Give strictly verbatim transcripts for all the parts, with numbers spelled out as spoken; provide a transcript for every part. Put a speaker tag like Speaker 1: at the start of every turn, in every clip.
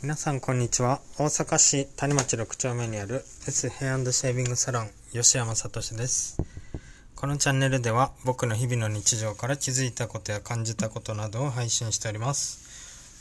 Speaker 1: 皆さんこんにちは。大阪市谷町ろく丁目にある S ヘア&シェービングサロン吉山聡です。このチャンネルでは僕の日々の日常から気づいたことや感じたことなどを配信しております。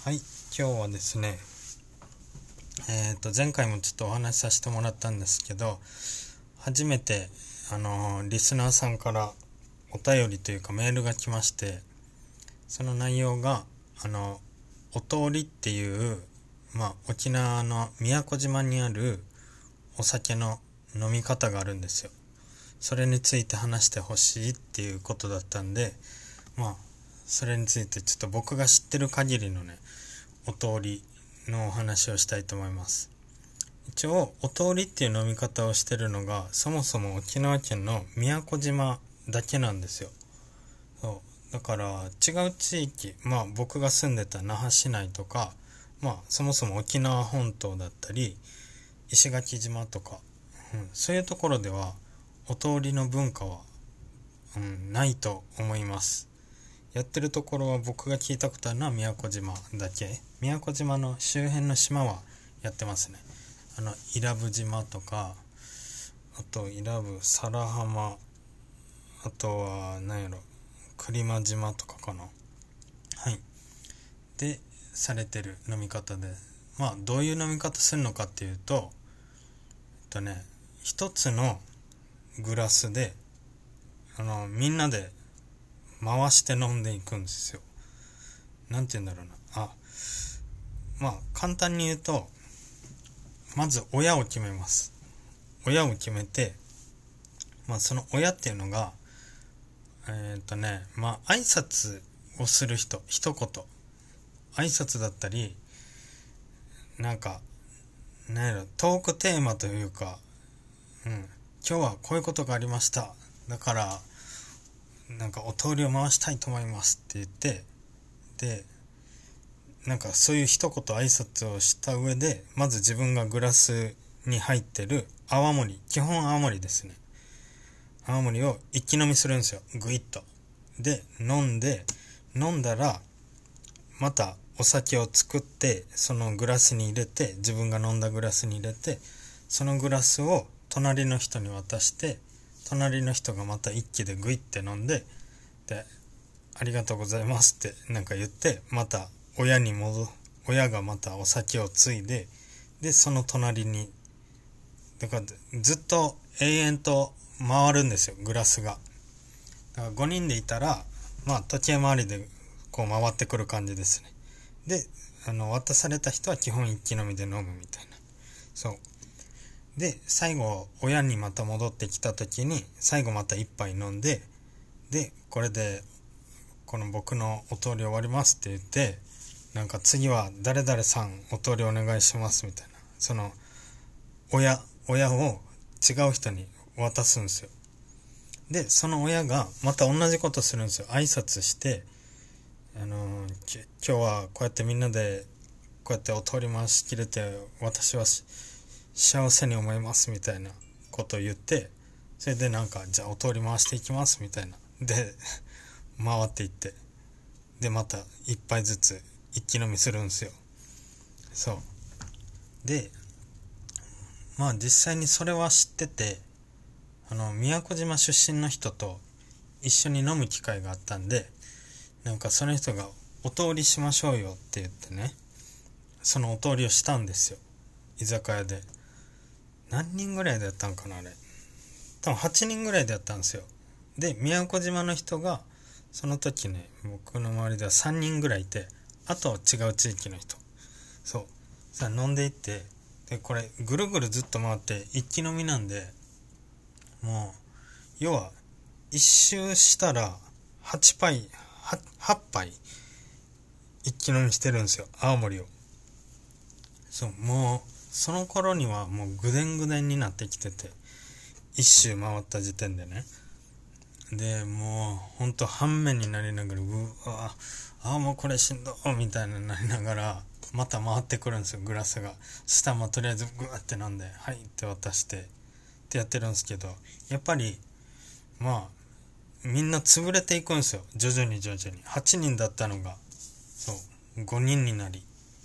Speaker 1: はい、今日はですねえーと前回もちょっとお話しさせてもらったんですけど、初めてあのリスナーさんからお便りというかメールが来まして、その内容があのお通りっていうまあ、沖縄の宮古島にあるお酒の飲み方があるんですよ。それについて話してほしいっていうことだったんで、まあそれについてちょっと僕が知ってる限りのねお通りのお話をしたいと思います。一応お通りっていう飲み方をしてるのがそもそも沖縄県の宮古島だけなんですよ。そうだから違う地域、まあ僕が住んでた那覇市内とか、まあそもそも沖縄本島だったり石垣島とか、うん、そういうところではお通りの文化は、うん、ないと思います。やってるところは僕が聞いたことあるのは宮古島だけ。宮古島の周辺の島はやってますね。あの伊良部島とか、あと伊良部佐良浜、あとは何やろ栗間島とかかな。はいでされてる飲み方で、まあどういう飲み方するのかっていうと、えっとね一つのグラスであのみんなで回して飲んでいくんですよ。なんて言うんだろうなあまあ簡単に言うと、まず親を決めます。親を決めて、まあその親っていうのがえーっとねまあ挨拶をする人、一言挨拶だったり、なんかなんやろトークテーマというか、うん、今日はこういうことがありました、だからなんかお通りを回したいと思いますって言って、でなんかそういう一言挨拶をした上で、まず自分がグラスに入ってる泡盛、基本泡盛ですね、泡盛を一気飲みするんですよ、グイッと。で飲んで飲んだらまたお酒を作って、そのグラスに入れて、自分が飲んだグラスに入れて、そのグラスを隣の人に渡して、隣の人がまた一気でグイって飲んで、でありがとうございますってなんか言って、また親に戻親がまたお酒をついで、でその隣にだからずっと永遠と回るんですよ、グラスが。だからごにんでいたらまあ時計回りでこう回ってくる感じですね。であの渡された人は基本一気飲みで飲むみたいな。そうで最後親にまた戻ってきた時に最後また一杯飲んで、でこれでこの僕のお通り終わりますって言って、なんか次は誰々さんお通りお願いしますみたいな、その親親を違う人に渡すんですよ。でその親がまた同じことするんですよ。挨拶して、あのー、今日はこうやってみんなでこうやってお通り回しきれて私は幸せに思いますみたいなことを言って、それでなんかじゃあお通り回していきますみたいなで回っていって、でまた一杯ずつ一気飲みするんですよ。そうでまあ実際にそれは知ってて、あの宮古島出身の人と一緒に飲む機会があったんで、なんかその人がお通りしましょうよって言ってね、そのお通りをしたんですよ、居酒屋で。何人ぐらいでやったんかな、あれ多分はちにんぐらいでやったんですよ。で宮古島の人がその時ね、僕の周りではさんにんぐらいいて、あとは違う地域の人。そうさあ飲んでいって、でこれぐるぐるずっと回って一気飲みなんで、もう要は一周したらはちパイはっぱい一気飲みしてるんですよ、青森を。そうもうその頃にはもうぐでんぐでんになってきてて、一周回った時点でね。でもうほんと半面になりながら、うわあもうこれしんどみたいになりながらまた回ってくるんですよ、グラスが。そしたらまあとりあえずグワって飲んで、はいって渡してってやってるんですけど、やっぱりまあみんな潰れていくんですよ、徐々に徐々に。はちにんだったのがそうごにんになり、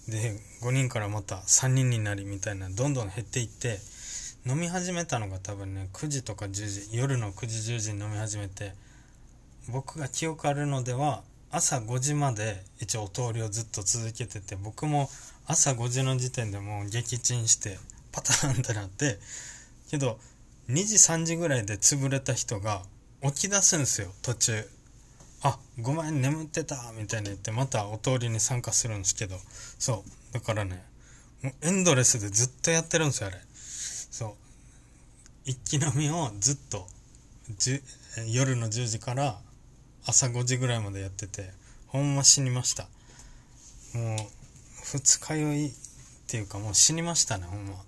Speaker 1: でごにんからまたさんにんになりみたいな、どんどん減っていって、飲み始めたのが多分ねくじとかじゅうじ、夜のくじじゅうじに飲み始めて、僕が記憶あるのでは朝ごじまで一応お通りをずっと続けてて、僕も朝ごじの時点でもう撃沈してパターンってなって、けどにじさんじぐらいで潰れた人が起き出すんですよ途中。あ、ごめん眠ってたみたいに言ってまたお通りに参加するんですけど、そうだからね、もうエンドレスでずっとやってるんですよあれ。そう一気飲みをずっと夜のじゅうじから朝ごじぐらいまでやってて、ほんま死にました。もう二日酔いっていうかもう死にましたねほんま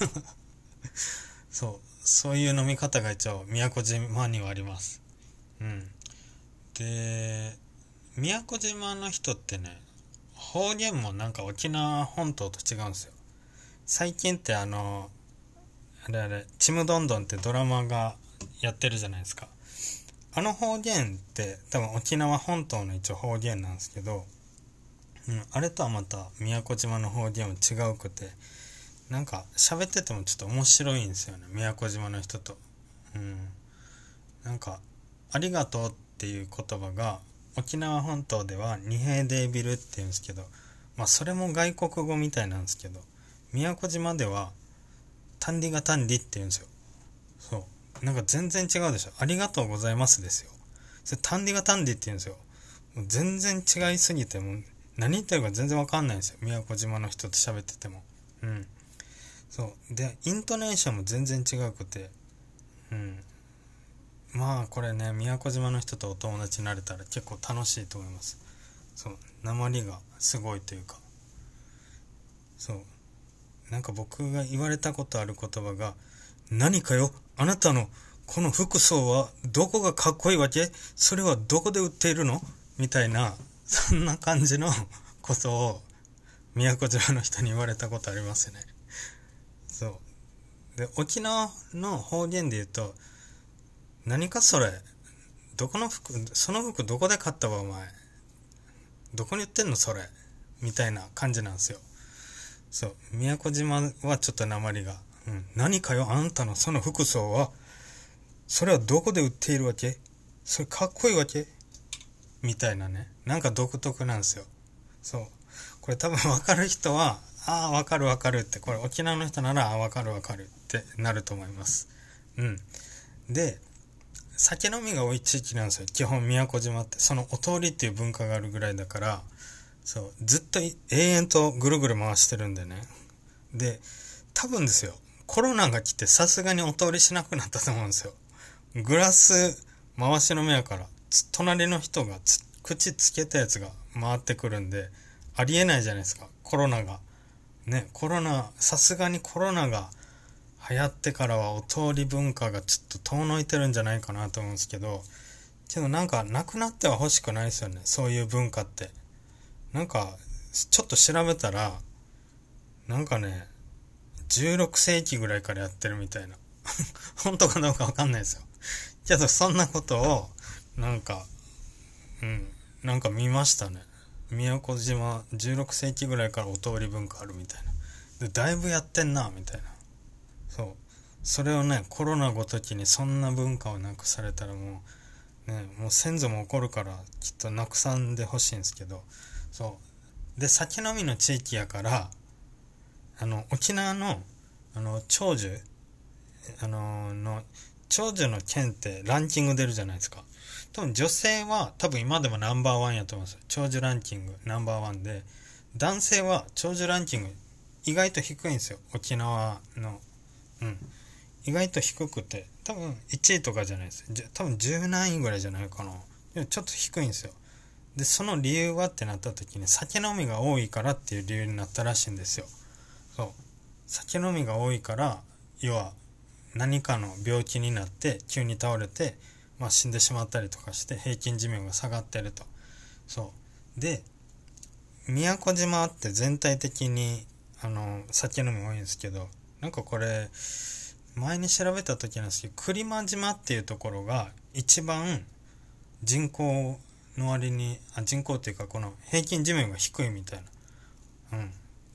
Speaker 1: そうそういう飲み方が一応宮古島にはあります。うんで宮古島の人ってね、方言もなんか沖縄本島と違うんですよ。最近ってあのあれあれちむどんどんってドラマがやってるじゃないですか。あの方言って多分沖縄本島の一応方言なんですけど、うん、あれとはまた宮古島の方言は違うくて、なんか喋っててもちょっと面白いんですよね宮古島の人と。うんなんかありがとうっていう言葉が沖縄本島では二平デービルって言うんですけど、まあそれも外国語みたいなんですけど、宮古島ではタンディがタンディって言うんですよ。そうなんか全然違うでしょ。ありがとうございますですよ。それタンディがタンディって言うんですよ。もう全然違いすぎて、もう何言ってるか全然わかんないんですよ宮古島の人と喋ってても。うんそうでイントネーションも全然違うくて、うんまあこれね宮古島の人とお友達になれたら結構楽しいと思います。そう訛りがすごいというか、そうなんか僕が言われたことある言葉が、何かよあなたのこの服装はどこがかっこいいわけ、それはどこで売っているのみたいな、そんな感じのことを宮古島の人に言われたことありますね。そうで沖縄の方言で言うと、何かそれ、どこの服、その服どこで買ったわお前、どこに売ってんのそれみたいな感じなんですよ。そう宮古島はちょっと訛りが、うん、何かよあんたのその服装はそれはどこで売っているわけ、それかっこいいわけみたいなね、なんか独特なんですよ。そうこれ多分分かる人はああ分かる分かるって、これ沖縄の人ならああ分かる分かるってなると思います。うんで酒飲みが多い地域なんですよ基本宮古島って。そのお通りっていう文化があるぐらいだから、そうずっと永遠とぐるぐる回してるんでね。で多分ですよ、コロナが来てさすがにお通りしなくなったと思うんですよ。グラス回し飲みやから隣の人がつ口つけたやつが回ってくるんで、ありえないじゃないですかコロナがね。コロナさすがにコロナが流行ってからはお通り文化がちょっと遠のいてるんじゃないかなと思うんですけど、けどなんかなくなっては欲しくないですよねそういう文化って。なんかちょっと調べたらなんかねじゅうろくせいきぐらいからやってるみたいな本当かどうかわかんないですよ。けどそんなことをなんかうんなんか見ましたね。宮古島じゅうろくせいきぐらいからお通り文化あるみたいな。でだいぶやってんなみたいな。そうそれをねコロナごときにそんな文化をなくされたらもうねもう先祖も怒るからきっとなくさんでほしいんですけど、そうで酒飲みの地域やから、あの沖縄のあの長寿あのの長寿の県ってランキング出るじゃないですか。多分女性は多分今でもナンバーワンやと思うんですよ。長寿ランキングナンバーワンで、男性は長寿ランキング意外と低いんですよ沖縄の。うん意外と低くて多分いちいとかじゃないです。じゃ多分じゅうなんいぐらいじゃないかな。でもちょっと低いんですよ。でその理由はってなった時に酒飲みが多いからっていう理由になったらしいんですよ。そう酒飲みが多いから、要は何かの病気になって急に倒れて、まあ、死んでしまったりとかして平均寿命が下がってると。そうで宮古島って全体的にあの酒飲み多いんですけど、なんかこれ前に調べた時なんですけど、栗間島っていうところが一番人口の割にあ人口っていうかこの平均寿命が低いみたいな。うん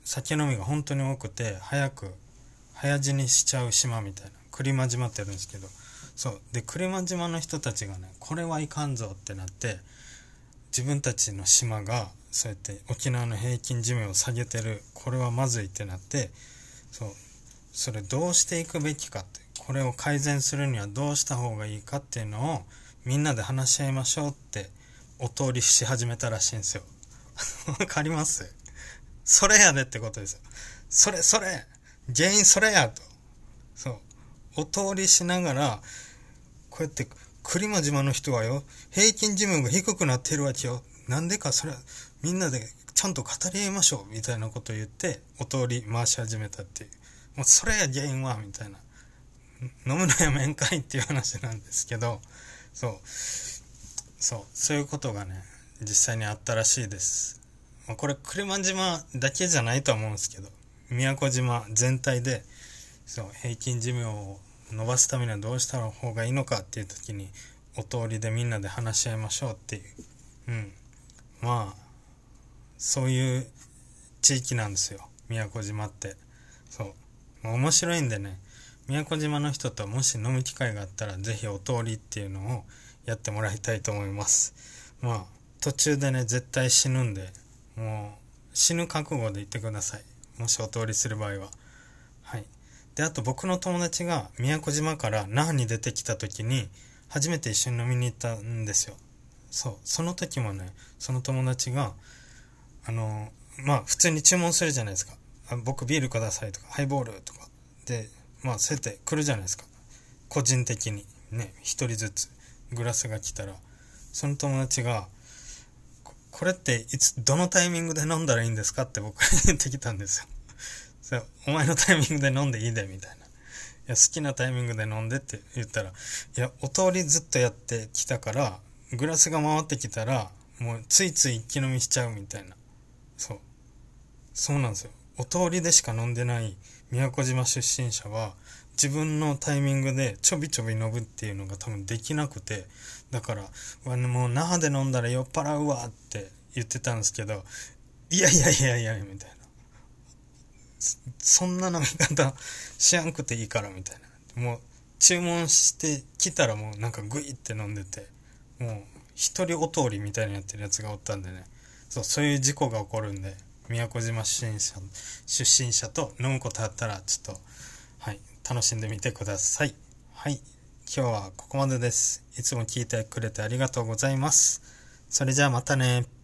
Speaker 1: 酒飲みが本当に多くて、早く早死にしちゃう島みたいな来間島ってあるんですけど、そうで来間島の人たちがね、これはいかんぞってなって、自分たちの島がそうやって沖縄の平均寿命を下げてる、これはまずいってなって、そうそれどうしていくべきかって、これを改善するにはどうした方がいいかっていうのをみんなで話し合いましょうってお通りし始めたらしいんですよ。わかります？それやでってことですよ。それそれ原因それやと。そうお通りしながら、こうやって来間島の人はよ、平均寿命が低くなっているわけよ。なんでかそれはみんなでちゃんと語り合いましょうみたいなことを言ってお通り回し始めたっていう。もうそれや原因はみたいな。飲むのやめんかいっていう話なんですけど、そうそうそういうことがね実際にあったらしいです。これ来間島だけじゃないと思うんですけど、宮古島全体でそう平均寿命を伸ばすためにはどうした方がいいのかっていう時にお通りでみんなで話し合いましょうっていう、うん、まあそういう地域なんですよ宮古島って。そう面白いんでね、宮古島の人ともし飲む機会があったらぜひお通りっていうのをやってもらいたいと思います。まあ途中でね絶対死ぬんで、もう死ぬ覚悟で行ってください、もしお通りする場合は。はい。であと僕の友達が宮古島から那覇に出てきた時に初めて一緒に飲みに行ったんですよ。そうその時もね、その友達があのまあ普通に注文するじゃないですか。あ僕ビールくださいとかハイボールとかで、まあそうやって来るじゃないですか、個人的にね。一人ずつグラスが来たら、その友達がここれっていつどのタイミングで飲んだらいいんですかって僕に言ってきたんですよ。そうお前のタイミングで飲んでいいでみたいな。いや好きなタイミングで飲んでって言ったら、いやお通りずっとやってきたからグラスが回ってきたらもうついつい一気飲みしちゃうみたいな。そうそうなんですよ。お通りでしか飲んでない宮古島出身者は自分のタイミングでちょびちょび飲むっていうのが多分できなくて、だからもう那覇で飲んだら酔っ払うわって言ってたんですけど、いやいやいやいやみたいな、そんな飲み方しやんくていいからみたいな。もう注文してきたらもうなんかグイって飲んでて、もう一人お通りみたいなやってるやつがおったんでね、そうそういう事故が起こるんで、宮古島出身者出身者と飲むことあったらちょっとはい楽しんでみてください。はい、今日はここまでです。いつも聞いてくれてありがとうございます。それじゃあまたね。